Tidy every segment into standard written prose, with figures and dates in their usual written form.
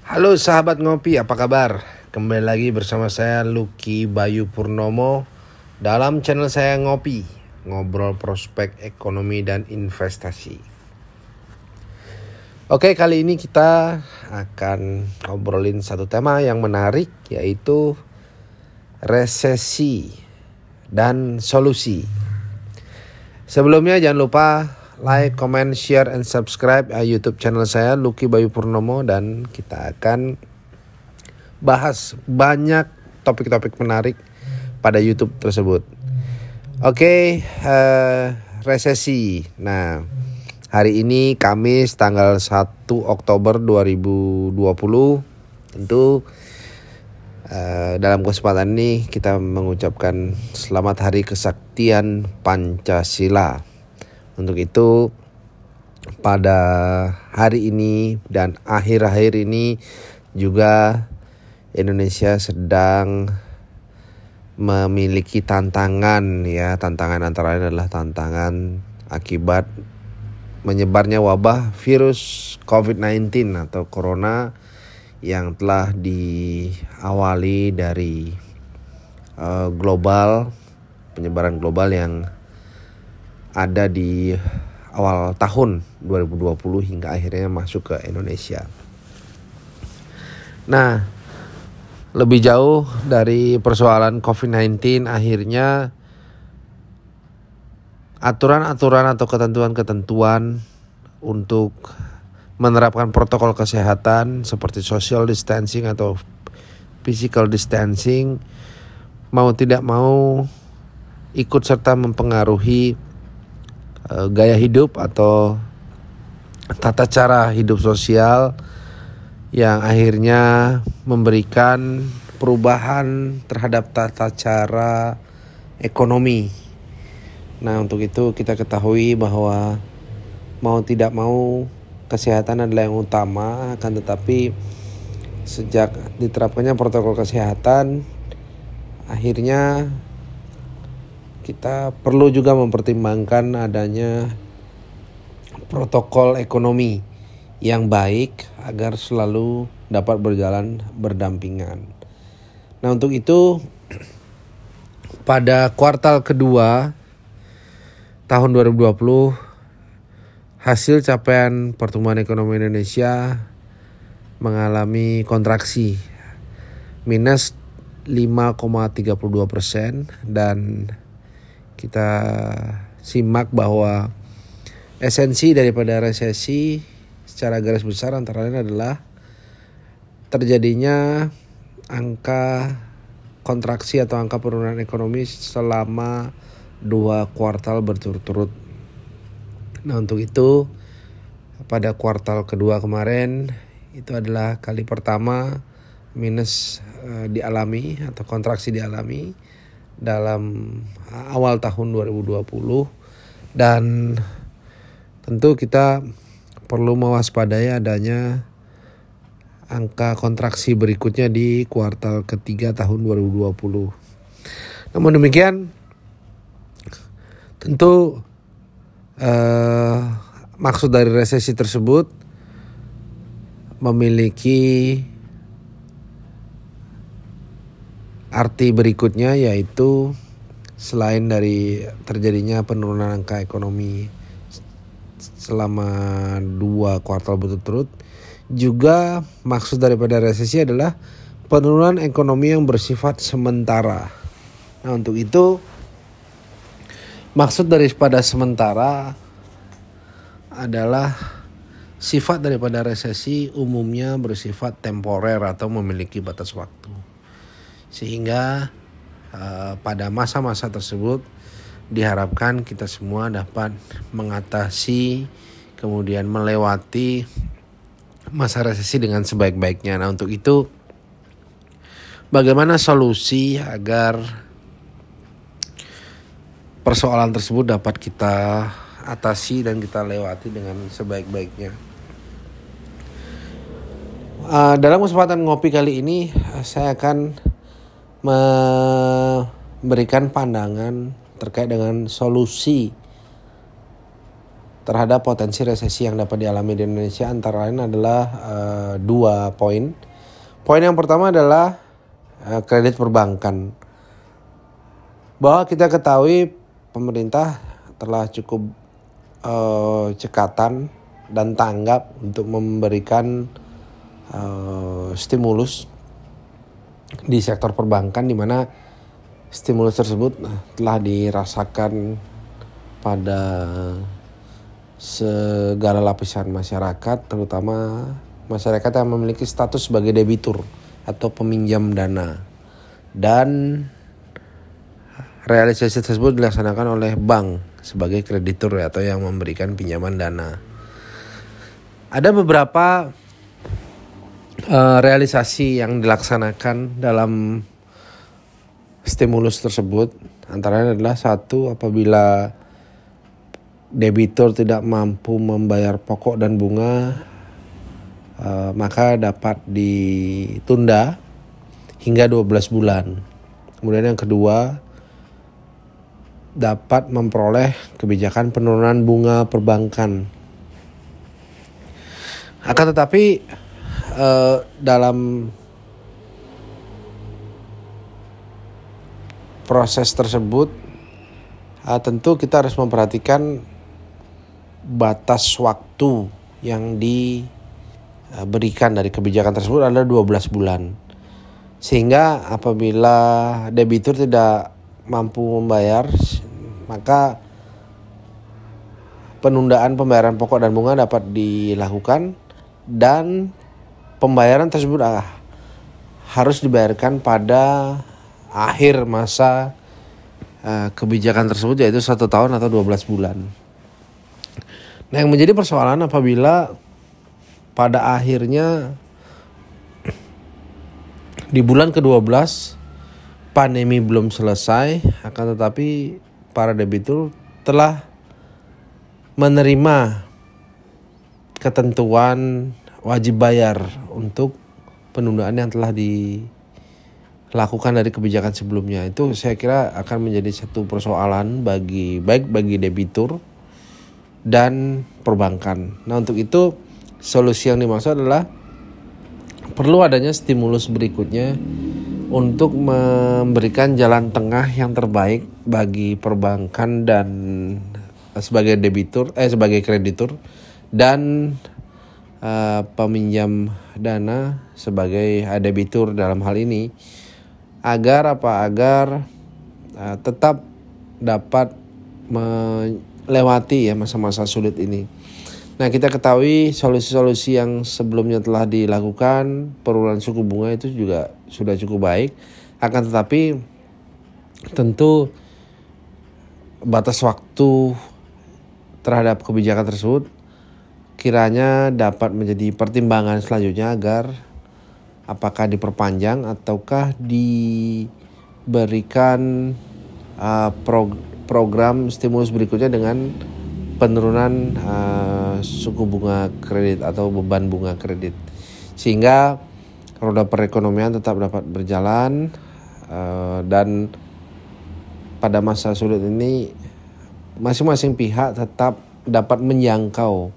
Halo sahabat ngopi, apa kabar? Kembali lagi bersama saya Lucky Bayu Purnomo dalam channel saya Ngopi, ngobrol prospek ekonomi dan investasi. Oke, kali ini kita akan ngobrolin satu tema yang menarik, yaitu resesi dan solusi. Sebelumnya jangan lupa like, comment, share, and subscribe YouTube channel saya Lucky Bayu Purnomo, dan kita akan bahas banyak topik-topik menarik pada YouTube tersebut. Oke, resesi. Nah, hari ini Kamis tanggal 1 Oktober 2020. Tentu dalam kesempatan ini kita mengucapkan selamat Hari Kesaktian Pancasila. Untuk itu pada hari ini dan akhir-akhir ini juga Indonesia sedang memiliki tantangan, tantangan antara lain adalah tantangan akibat menyebarnya wabah virus COVID-19 atau Corona yang telah diawali dari penyebaran global yang ada di awal tahun 2020 hingga akhirnya masuk ke Indonesia. Nah, lebih jauh dari persoalan COVID-19, akhirnya aturan-aturan atau ketentuan-ketentuan untuk menerapkan protokol kesehatan seperti social distancing atau physical distancing mau tidak mau ikut serta mempengaruhi gaya hidup atau tata cara hidup sosial yang akhirnya memberikan perubahan terhadap tata cara ekonomi. Nah, untuk itu kita ketahui bahwa mau tidak mau kesehatan adalah yang utama, akan tetapi sejak diterapkannya protokol kesehatan, akhirnya kita perlu juga mempertimbangkan adanya protokol ekonomi yang baik agar selalu dapat berjalan berdampingan. Nah, untuk itu pada kuartal kedua tahun 2020 hasil capaian pertumbuhan ekonomi Indonesia mengalami kontraksi minus 5,32%, dan kita simak bahwa esensi daripada resesi secara garis besar antara lain adalah terjadinya angka kontraksi atau angka penurunan ekonomi selama 2 kuartal berturut-turut. Nah, untuk itu pada kuartal kedua kemarin itu adalah kali pertama minus dialami atau kontraksi dialami dalam awal tahun 2020, dan tentu kita perlu mewaspadai adanya angka kontraksi berikutnya di kuartal ketiga tahun 2020. Namun demikian, tentu maksud dari resesi tersebut memiliki arti berikutnya, yaitu selain dari terjadinya penurunan angka ekonomi selama 2 kuartal berturut-turut, juga maksud daripada resesi adalah penurunan ekonomi yang bersifat sementara. Nah, untuk itu maksud daripada sementara adalah sifat daripada resesi umumnya bersifat temporer atau memiliki batas waktu. Sehingga pada masa-masa tersebut diharapkan kita semua dapat mengatasi kemudian melewati masa resesi dengan sebaik-baiknya. Nah, untuk itu bagaimana solusi agar persoalan tersebut dapat kita atasi dan kita lewati dengan sebaik-baiknya. Dalam kesempatan ngopi kali ini saya akan memberikan pandangan terkait dengan solusi terhadap potensi resesi yang dapat dialami di Indonesia antara lain adalah 2 poin. Poin yang pertama adalah kredit perbankan. Bahwa kita ketahui pemerintah telah cukup cekatan dan tanggap untuk memberikan stimulus di sektor perbankan, di mana stimulus tersebut telah dirasakan pada segala lapisan masyarakat, terutama masyarakat yang memiliki status sebagai debitur atau peminjam dana. Dan realisasi tersebut dilaksanakan oleh bank sebagai kreditur atau yang memberikan pinjaman dana. Ada beberapa realisasi yang dilaksanakan dalam stimulus tersebut. Antara lain adalah 1, apabila debitur tidak mampu membayar pokok dan bunga, maka dapat ditunda hingga 12 bulan. Kemudian yang kedua, dapat memperoleh kebijakan penurunan bunga perbankan. Akan tetapi dalam proses tersebut tentu kita harus memperhatikan batas waktu yang diberikan dari kebijakan tersebut adalah 12 bulan. Sehingga apabila debitur tidak mampu membayar, maka penundaan pembayaran pokok dan bunga dapat dilakukan, dan pembayaran tersebut harus dibayarkan pada akhir masa kebijakan tersebut, yaitu 1 tahun atau 12 bulan. Nah, yang menjadi persoalan apabila pada akhirnya di bulan ke-12 pandemi belum selesai, akan tetapi para debitur telah menerima ketentuan wajib bayar untuk penundaan yang telah dilakukan dari kebijakan sebelumnya. Itu saya kira akan menjadi satu persoalan baik bagi debitur dan perbankan. Nah, untuk itu solusi yang dimaksud adalah perlu adanya stimulus berikutnya untuk memberikan jalan tengah yang terbaik bagi perbankan dan sebagai kreditur dan peminjam dana sebagai debitur dalam hal ini, agar tetap dapat melewati masa-masa sulit ini. Nah, kita ketahui solusi-solusi yang sebelumnya telah dilakukan, penurunan suku bunga itu juga sudah cukup baik. Akan tetapi tentu batas waktu terhadap kebijakan tersebut kiranya dapat menjadi pertimbangan selanjutnya, agar apakah diperpanjang ataukah diberikan program stimulus berikutnya dengan penurunan suku bunga kredit atau beban bunga kredit, sehingga roda perekonomian tetap dapat berjalan dan pada masa sulit ini masing-masing pihak tetap dapat menjangkau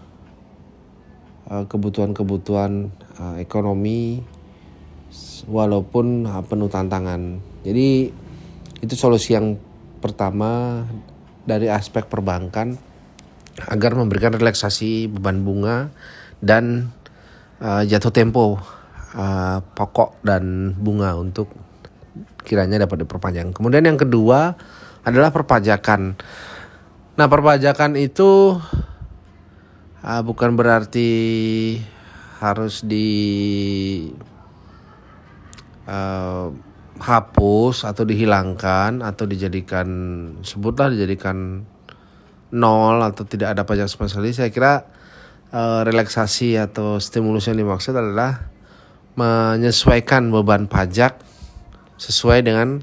kebutuhan-kebutuhan ekonomi walaupun penuh tantangan. Jadi itu solusi yang pertama dari aspek perbankan, agar memberikan relaksasi beban bunga dan jatuh tempo pokok dan bunga untuk kiranya dapat diperpanjang. Kemudian yang kedua adalah perpajakan. Nah, perpajakan itu bukan berarti harus hapus atau dihilangkan atau dijadikan nol atau tidak ada pajak sama sekali. Saya kira relaksasi atau stimulus yang dimaksud adalah menyesuaikan beban pajak sesuai dengan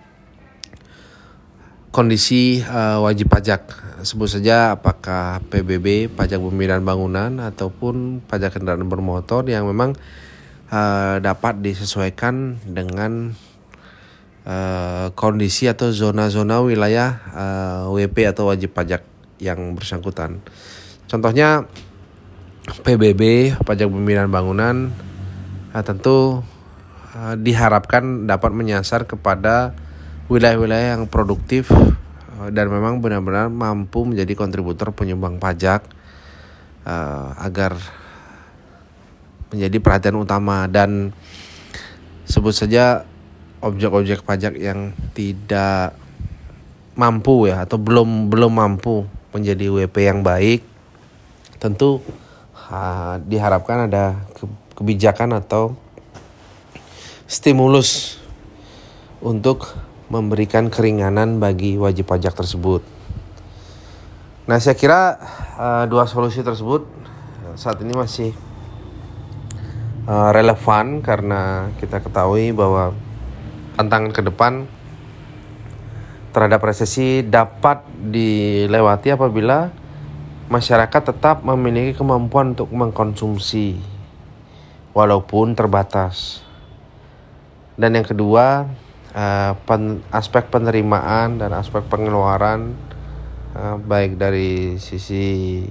kondisi wajib pajak. Sebut saja apakah PBB, pajak bumi dan bangunan, ataupun pajak kendaraan bermotor yang memang dapat disesuaikan dengan kondisi atau zona-zona wilayah WP atau wajib pajak yang bersangkutan. Contohnya PBB, pajak pembinaan bangunan, tentu diharapkan dapat menyasar kepada wilayah-wilayah yang produktif dan memang benar-benar mampu menjadi kontributor penyumbang pajak agar menjadi perhatian utama. Dan sebut saja objek-objek pajak yang tidak mampu ya atau belum mampu menjadi WP yang baik, tentu diharapkan ada kebijakan atau stimulus untuk memberikan keringanan bagi wajib pajak tersebut. Nah, saya kira dua solusi tersebut saat ini masih relevan karena kita ketahui bahwa tantangan ke depan terhadap resesi dapat dilewati apabila masyarakat tetap memiliki kemampuan untuk mengkonsumsi walaupun terbatas. Dan yang kedua, aspek penerimaan dan aspek pengeluaran baik dari sisi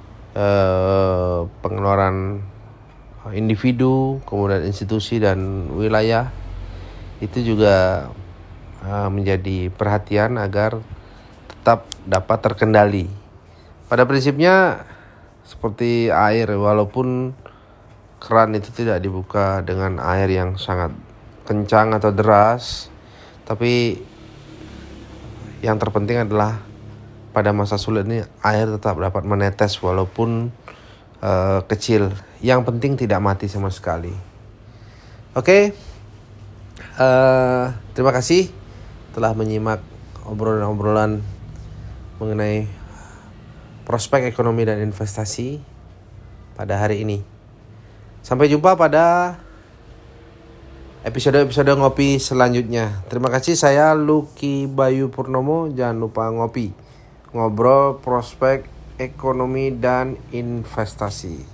pengeluaran individu, kemudian institusi dan wilayah itu juga menjadi perhatian agar tetap dapat terkendali. Pada prinsipnya seperti air, walaupun keran itu tidak dibuka dengan air yang sangat kencang atau deras, tapi yang terpenting adalah pada masa sulit ini air tetap dapat menetes walaupun kecil. Yang penting tidak mati sama sekali. Oke, terima kasih telah menyimak obrolan-obrolan mengenai prospek ekonomi dan investasi pada hari ini. Sampai jumpa pada episode-episode ngopi selanjutnya. Terima kasih, saya Lucky Bayu Purnomo. Jangan lupa ngopi, ngobrol prospek ekonomi dan investasi.